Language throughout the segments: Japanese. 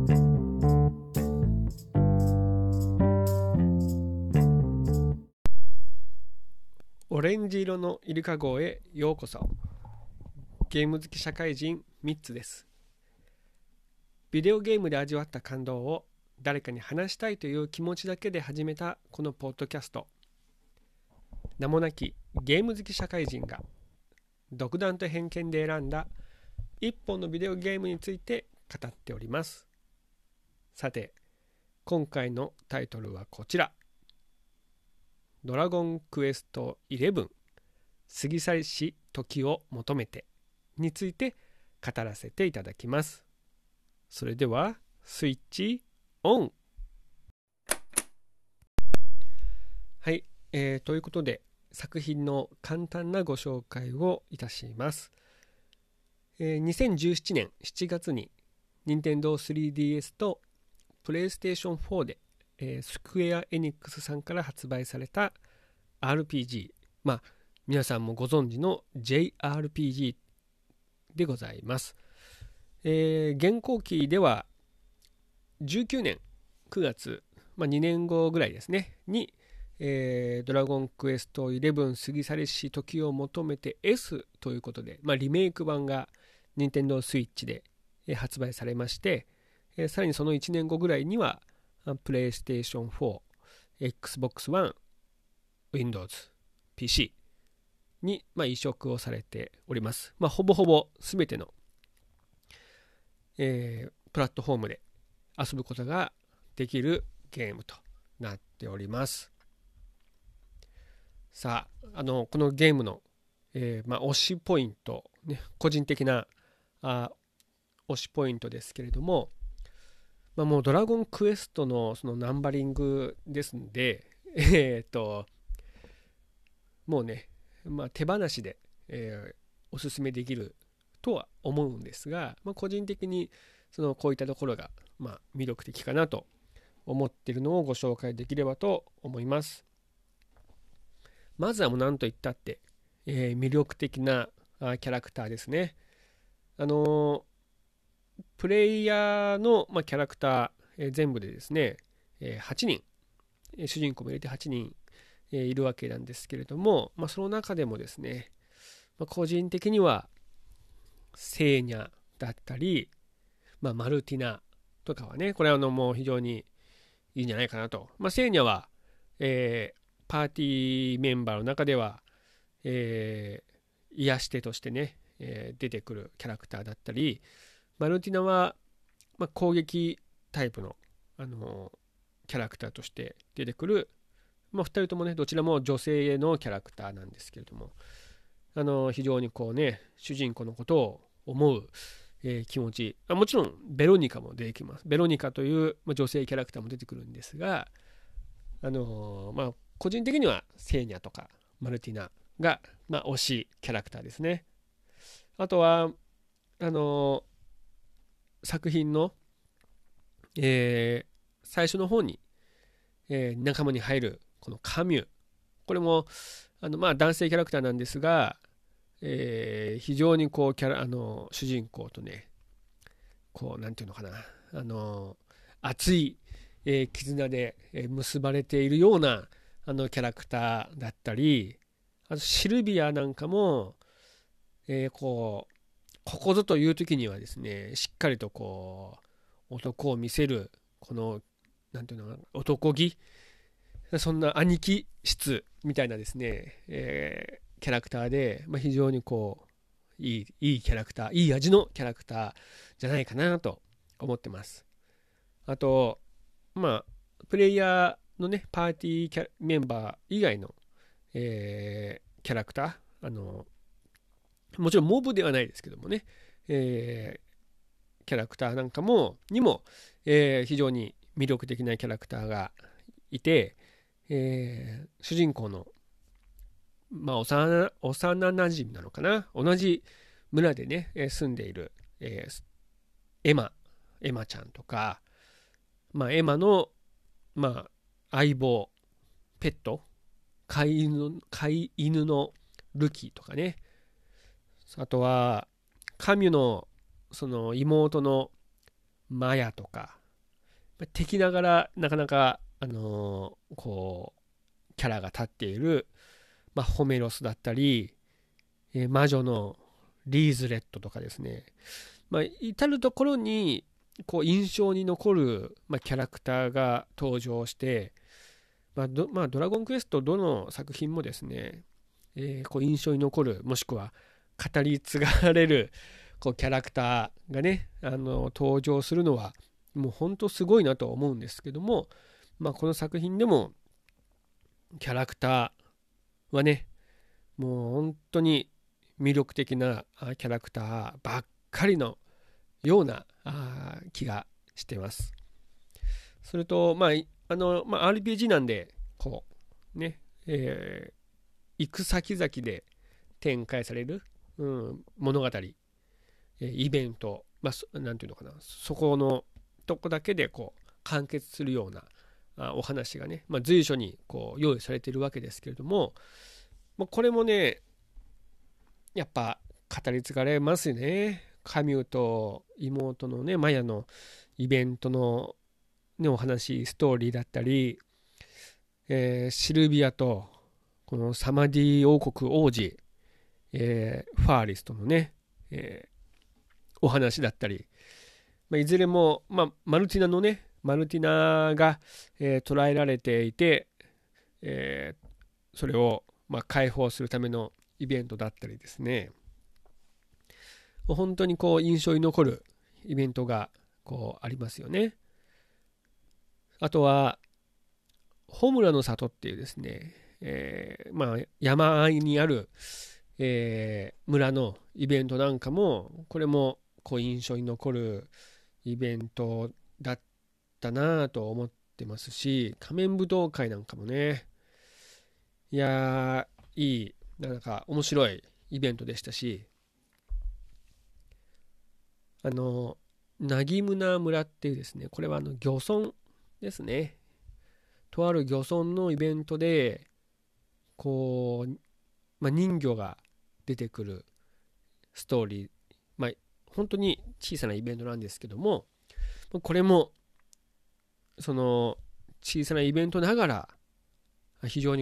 オレンジ色のイルカ号へようこそ。ゲーム好き社会人ミッツです。ビデオゲームで味わった感動を誰かに話したいという気持ちだけで始めたこのポッドキャスト。名もなきゲーム好き社会人が独断と偏見で選んだ一本のビデオゲームについて語っております。さて、今回のタイトルはこちら。ドラゴンクエスト11過ぎ去りし時を求めてについて語らせていただきます。それではスイッチオン。はい、ということで作品の簡単なご紹介をいたします。2017年7月に Nintendo 3DS と PlayStation 4でスクエア・エニックスさんから発売された RPG、皆さんもご存知の JRPG でございます。現行期では19年9月、2年後ぐらいですねに、ドラゴンクエスト11過ぎ去りし時を求めて S ということで、リメイク版が Nintendo Switch で発売されまして、さらにその1年後ぐらいにはPlayStation 4、Xbox One、Windows、PC に移植をされております。ほぼほぼ全ての、プラットフォームで遊ぶことができるゲームとなっております。さあ、このゲームの、推しポイント、個人的な推しポイントですけれども、もうドラゴンクエストのそのナンバリングですんで、もうね、手放しで、おすすめできるとは思うんですが、個人的にこういったところが、魅力的かなと思っているのをご紹介できればと思います。まずはもう何と言ったって、魅力的なキャラクターですね。プレイヤーの、キャラクター、全部でですね、8人、主人公も入れて8人、いるわけなんですけれども、その中でもですね、個人的にはセーニャだったり、マルティナとかはね、これはもう非常にいいんじゃないかなと。セーニャは、パーティーメンバーの中では、癒し手としてね、出てくるキャラクターだったり、マルティナは、攻撃タイプの、キャラクターとして出てくる、2人ともね、どちらも女性のキャラクターなんですけれども、非常にこうね、主人公のことを思う、気持ち、もちろんベロニカも出てきます。ベロニカという、女性キャラクターも出てくるんですが、個人的にはセーニャとかマルティナが、推しキャラクターですね。あとは作品の、最初の方に、仲間に入るこのカミュ、これも男性キャラクターなんですが、非常にこう主人公とね、こうなんていうのかな、熱い、絆で結ばれているようなキャラクターだったり、あとシルビアなんかも、ここぞという時にはですね、しっかりとこう男を見せるこのなんていうのかな、男気、そんな兄貴質みたいなですね、キャラクターで、非常にこういいキャラクター、いい味のキャラクターじゃないかなと思ってます。あとプレイヤーのね、パーティーメンバー以外の、キャラクター、もちろんモブではないですけどもね、キャラクターなんかにも、非常に魅力的なキャラクターがいて、主人公の、幼なじみなのかな、同じ村でね、住んでいる、エマちゃんとか、エマの、相棒、ペット、飼い犬のルキとかね、あとはカミュのその妹のマヤとか、敵ながらなかなか、キャラが立っている、ホメロスだったり、魔女のリーズレットとかですね、至るところに印象に残る、キャラクターが登場して、ドラゴンクエストどの作品もですね、印象に残る、もしくは語り継がれるキャラクターがね、登場するのはもう本当すごいなと思うんですけども、この作品でもキャラクターはね、もう本当に魅力的なキャラクターばっかりのような気がしています。それと、RPG なんで、行く先々で展開される、物語、イベント、なんていうのかな、そこのとこだけで完結するようなお話がね、随所に用意されているわけですけれども、これもね、やっぱ語り継がれますよね。カミューと妹のね、マヤのイベントの、ね、お話、ストーリーだったり、シルビアとこのサマディ王国王子、ファーリスとのね、お話だったり、いずれも、マルティナのね、マルティナが、捕らえられていて、それを、解放するためのイベントだったりですね、本当に印象に残るイベントがありますよね。あとはホムラの里っていうですね、山あいにある、村のイベントなんかも、これも印象に残るイベントだったなと思ってますし、仮面舞踏会なんかもね、いやー、いい、なんか面白いイベントでしたし、ナギムナ村っていうですね、これは漁村ですね。とある漁村のイベントで、人魚が出てくるストーリー、本当に小さなイベントなんですけども、これもその小さなイベントながら非常に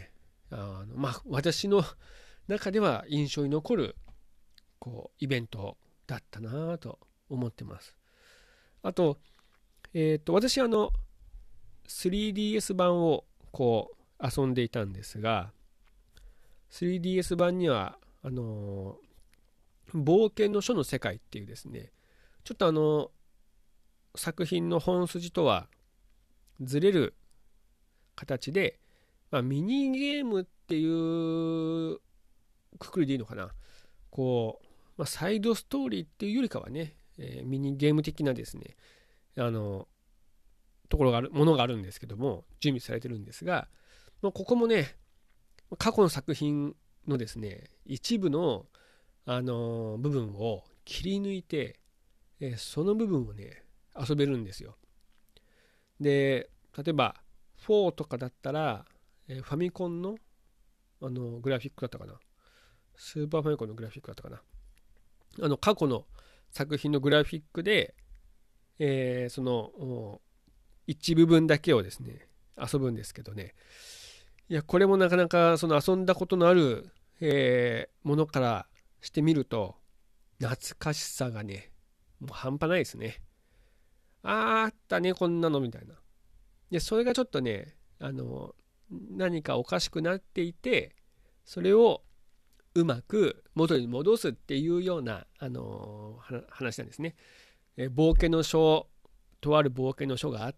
私の中では印象に残るイベントだったなと思ってます。あと、私3DS 版を遊んでいたんですが、3DS 版には冒険の書の世界っていうですね、ちょっと作品の本筋とはずれる形で、ミニゲームっていうくくりでいいのかな、サイドストーリーっていうよりかはね、ミニゲーム的なですね、ところがあるものがあるんですけども、準備されてるんですが、ここもね、過去の作品のですね、一部の、部分を切り抜いて、その部分をね、遊べるんですよ。で、例えば4とかだったら、ファミコンの、グラフィックだったかな、スーパーファミコンのグラフィックだったかな、過去の作品のグラフィックで、その一部分だけをですね遊ぶんですけどね、いやこれもなかなかその遊んだことのある、ものからしてみると懐かしさがねもう半端ないですね。あったねこんなのみたいな。でそれがちょっとね何かおかしくなっていて、それをうまく元に戻すっていうような、話なんですね。冒険の書、とある冒険の書があって、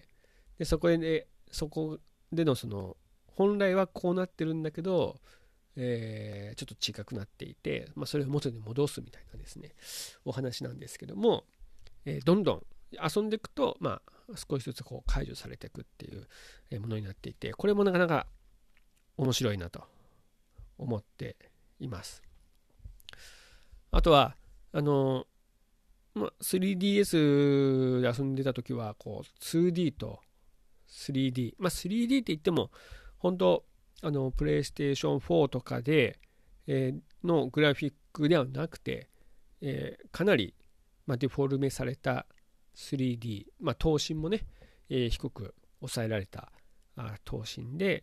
でそこでのその本来はこうなってるんだけど、ちょっと違くなっていて、それを元に戻すみたいなですねお話なんですけども、どんどん遊んでいくと、少しずつ解除されていくっていうものになっていて、これもなかなか面白いなと思っています。あとは3DS で遊んでた時は2D と 3D、3D って言っても本当プレイステーション4とかで、のグラフィックではなくて、かなり、デフォルメされた 3D、頭身もね、低く抑えられた頭身で、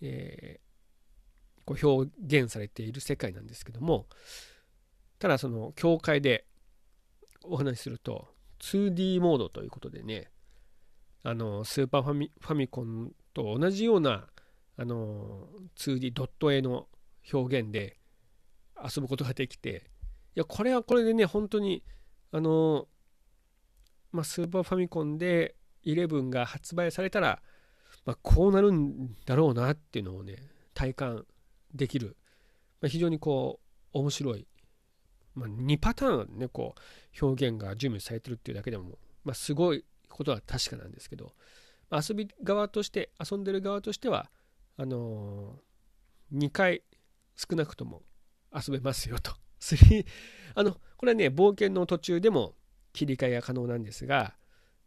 こう表現されている世界なんですけども、ただその境界でお話しすると 2D モードということでね、スーパーファミコンと同じような2D ドット絵の表現で遊ぶことができて、いやこれはこれでね、本当にスーパーファミコンで11が発売されたら、こうなるんだろうなっていうのをね、体感できる、非常にこう面白い、2パターンね、こう表現が準備されてるっていうだけでも、すごいことは確かなんですけど、遊び側として、遊んでる側としては2回少なくとも遊べますよとこれはね、冒険の途中でも切り替えが可能なんですが、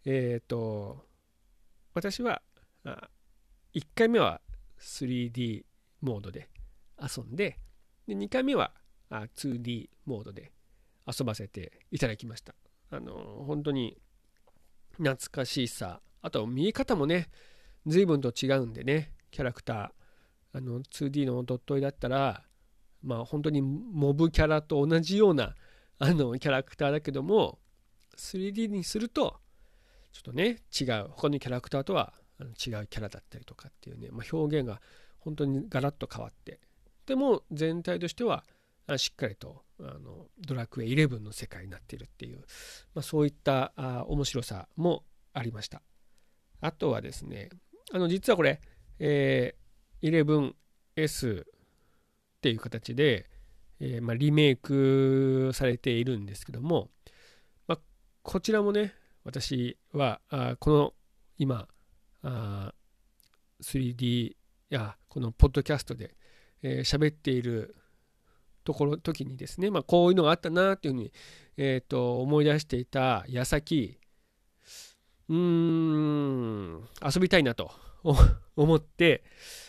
私は1回目は 3D モードで遊んで、2回目は2D モードで遊ばせていただきました。本当に懐かしさ、あと見え方もね、随分と違うんでね、キャラクター、2D のドット絵だったら、本当にモブキャラと同じようなキャラクターだけども、3D にするとちょっとね、違う、他のキャラクターとは違うキャラだったりとかっていうね、表現が本当にガラッと変わって、でも全体としてはしっかりとドラクエ11の世界になっているっていう、そういった面白さもありました。あとはですね、実はこれ、11S っていう形で、リメイクされているんですけども、こちらもね、私はこの今3D やこのポッドキャストで喋っている時にですね、こういうのがあったなっていうふうに、思い出していた矢先、遊びたいなと思って、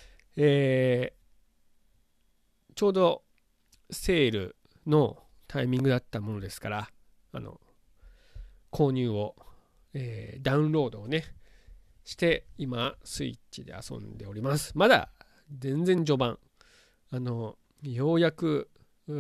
ちょうどセールのタイミングだったものですから、購入を、ダウンロードをねして今スイッチで遊んでおります。まだ全然序盤、ようやく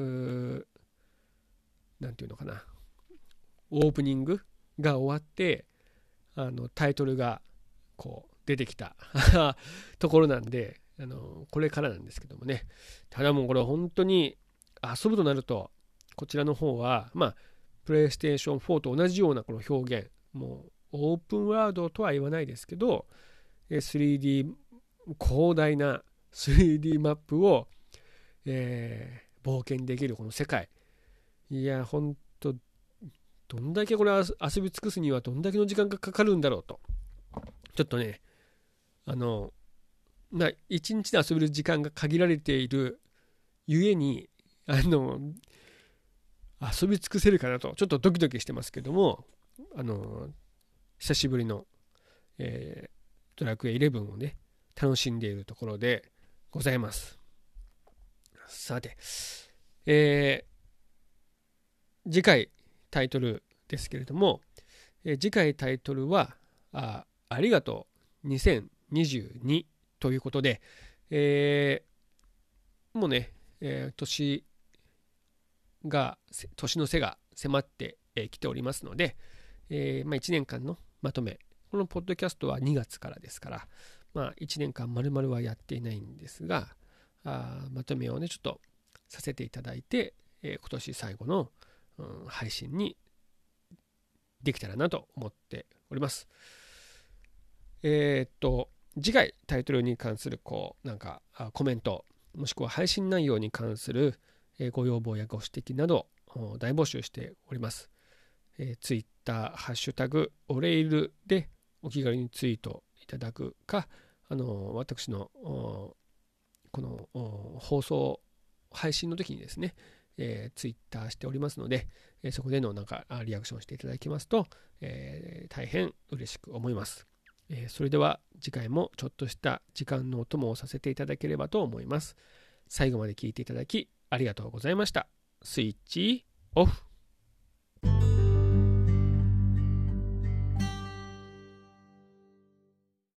なんていうのかな、オープニングが終わってタイトルがこう出てきたところなんで、これからなんですけどもね。ただもうこれ本当に遊ぶとなると、こちらの方はプレイステーション4と同じようなこの表現、もうオープンワールドとは言わないですけど 3D 広大な 3D マップを、冒険できるこの世界、いや本当どんだけこれ遊び尽くすにはどんだけの時間がかかるんだろうと、ちょっとね一日で遊べる時間が限られているゆえに遊び尽くせるかなとちょっとドキドキしてますけども、久しぶりの、ドラクエ11をね楽しんでいるところでございます。さて、次回タイトルですけれども、次回タイトルはありがとう2022ということで、もうね、年の瀬が迫ってきておりますので、1年間のまとめ、このポッドキャストは2月からですから、1年間丸々はやっていないんですが、まとめをねちょっとさせていただいて、今年最後の、配信にできたらなと思っております。次回タイトルに関するコメント、もしくは配信内容に関するご要望やご指摘など大募集しております。ツイッターハッシュタグオレイルでお気軽にツイートいただくか、私のこの放送配信の時にですね、ツイッターしておりますので、そこでのリアクションしていただきますと、大変嬉しく思います。それでは次回もちょっとした時間のお供をさせていただければと思います。最後まで聞いていただきありがとうございました。スイッチオフ。